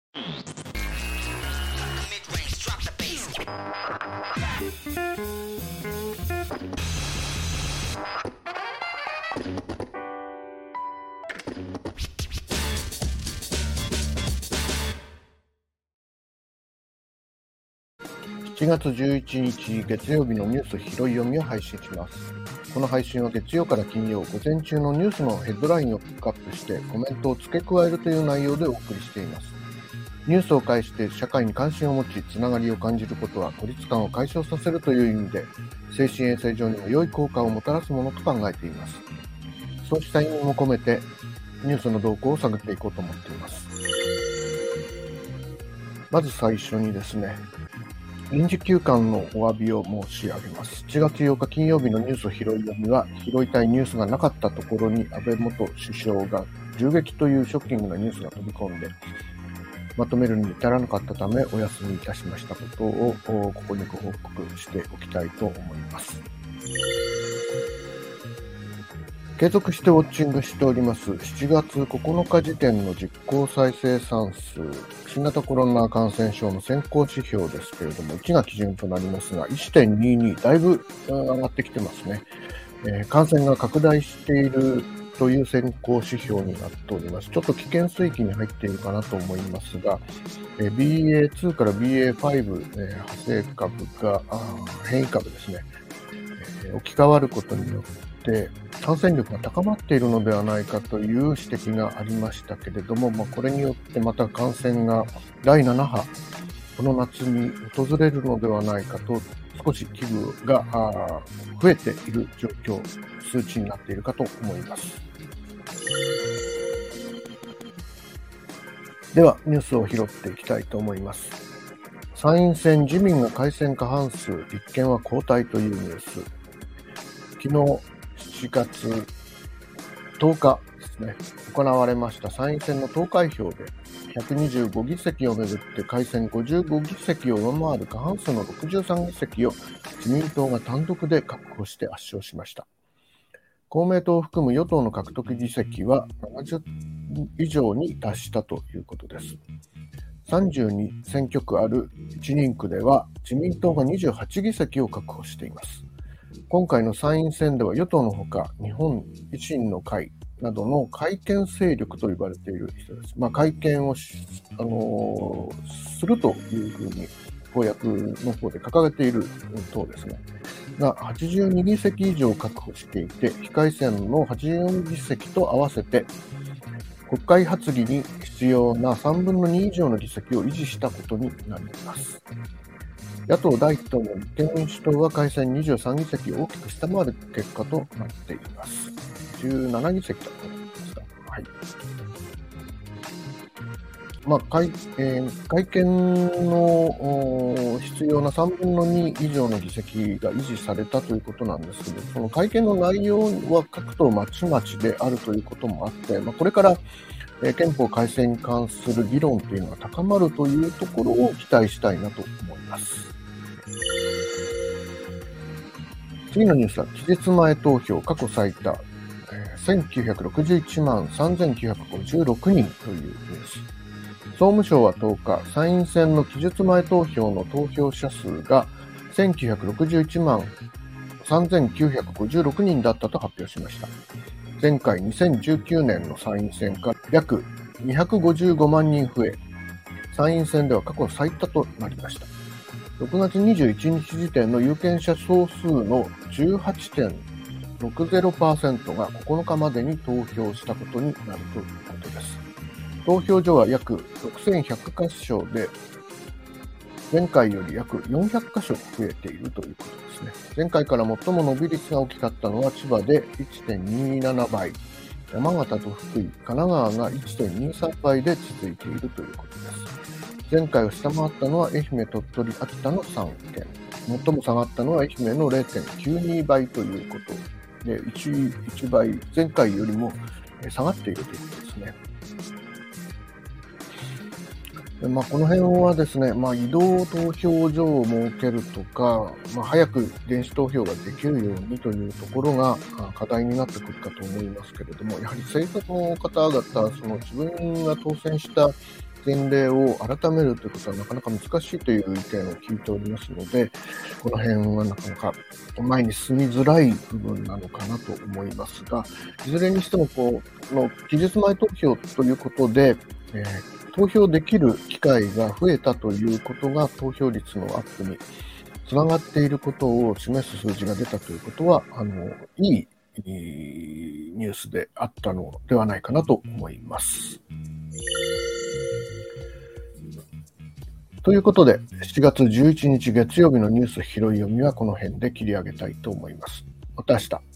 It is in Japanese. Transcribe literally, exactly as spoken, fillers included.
しちがつじゅういちにち月曜日のニュース拾い読みを配信します。この配信は月曜から金曜午前中のニュースのヘッドラインをピックアップしてコメントを付け加えるという内容でお送りしています。ニュースを介して社会に関心を持ちつながりを感じることは孤立感を解消させるという意味で精神衛生上にも良い効果をもたらすものと考えています。そうした意味も込めてニュースの動向を探っていこうと思っています。まず最初にですね、臨時休館のお詫びを申し上げます。しちがつようか金曜日のニュース拾い読みは、拾いたいニュースがなかったところに安倍元首相が銃撃というショッキングなニュースが飛び込んで、まとめるに至らなかったためお休みいたしましたことをここにご報告しておきたいと思います。継続してウォッチングしておりますしちがつここのか時点の実効再生産数、新型コロナ感染症の先行指標ですけれども、いちが基準となりますが いってんにに、だいぶ上がってきてますね。えー、感染が拡大しているという先行指標になっております。ちょっと危険水域に入っているかなと思いますが、えー、ビーエーツー から ビーエーファイブ、えー、派生株が変異株ですね、えー、置き換わることによって感染力が高まっているのではないかという指摘がありましたけれども、まあ、これによってまた感染がだいなな波、この夏に訪れるのではないかと少し危惧が増えている状況、数値になっているかと思います。ではニュースを拾っていきたいと思います。参院選自民が改選過半数、立憲は後退というニュース。昨日しちがつとおかですね、行われました参院選の投開票でひゃくにじゅうごぎせきをめぐって改選ごじゅうごぎせきを上回る過半数のろくじゅうさんぎせきを自民党が単独で確保して圧勝しました。公明党を含む与党の獲得議席はななじゅう以上に達したということです。さんじゅうに選挙区あるいち人区では自民党がにじゅうはちぎせきを確保しています。今回の参院選では与党のほか日本維新の会などの改憲勢力と言われている人です。まあ、改憲をし、あのー、するというふうに公約の方で掲げている党ですねがはちじゅうにぎせき以上確保していて、非改選のはちじゅうよんぎせきと合わせて国会発議に必要なさんぶんのに以上の議席を維持したことになります。野党第一党の立憲民主党は改選にじゅうさんぎせきを大きく下回る結果となっています。じゅうななぎせきだと思いますか。はい。まあ、改、えー、改憲の必要なさんぶんのに以上の議席が維持されたということなんですけど、その改憲の内容は各党まちまちであるということもあって、まあ、これからえー、憲法改正に関する議論というのが高まるというところを期待したいなと思います。次のニュースは期日前投票過去最多、えー、せんきゅうひゃくろくじゅういちまんさんぜんきゅうひゃくごじゅうろくにんというニュース。総務省はとおか、参院選の期日前投票の投票者数がせんきゅうひゃくろくじゅういちまんさんぜんきゅうひゃくごじゅうろくにんだったと発表しました。前回にせんじゅうきゅうねんの参院選から約にひゃくごじゅうごまんにん増え、参院選では過去最多となりました。ろくがつにじゅういちにち時点の有権者総数の じゅうはちてんろくぜろパーセント がここのかまでに投票したことになるということです。投票所は約ろくせんひゃくかしょで、前回より約よんひゃくかしょ増えているということですね。前回から最も伸び率が大きかったのは千葉で いってんにーななばい、山形と福井、神奈川が いってんにーさんばいで続いているということです。前回を下回ったのは愛媛、鳥取、秋田のさんけん。最も下がったのは愛媛の れいてんきゅうにばいということで、1, 1倍、前回よりも下がっているということですね。まあ、この辺はですね、まあ、移動投票所を設けるとか、まあ、早く電子投票ができるようにというところが課題になってくるかと思いますけれども、やはり政策の方々、その自分が当選した前例を改めるということはなかなか難しいという意見を聞いておりますので、この辺はなかなか前に進みづらい部分なのかなと思いますが、いずれにしてもこの期日前投票ということで、えー、投票できる機会が増えたということが投票率のアップにつながっていることを示す数字が出たということは、あのいいニュースであったのではないかなと思います。ということで、しちがつじゅういちにち月曜日のニュース拾い読みはこの辺で切り上げたいと思います。また明日。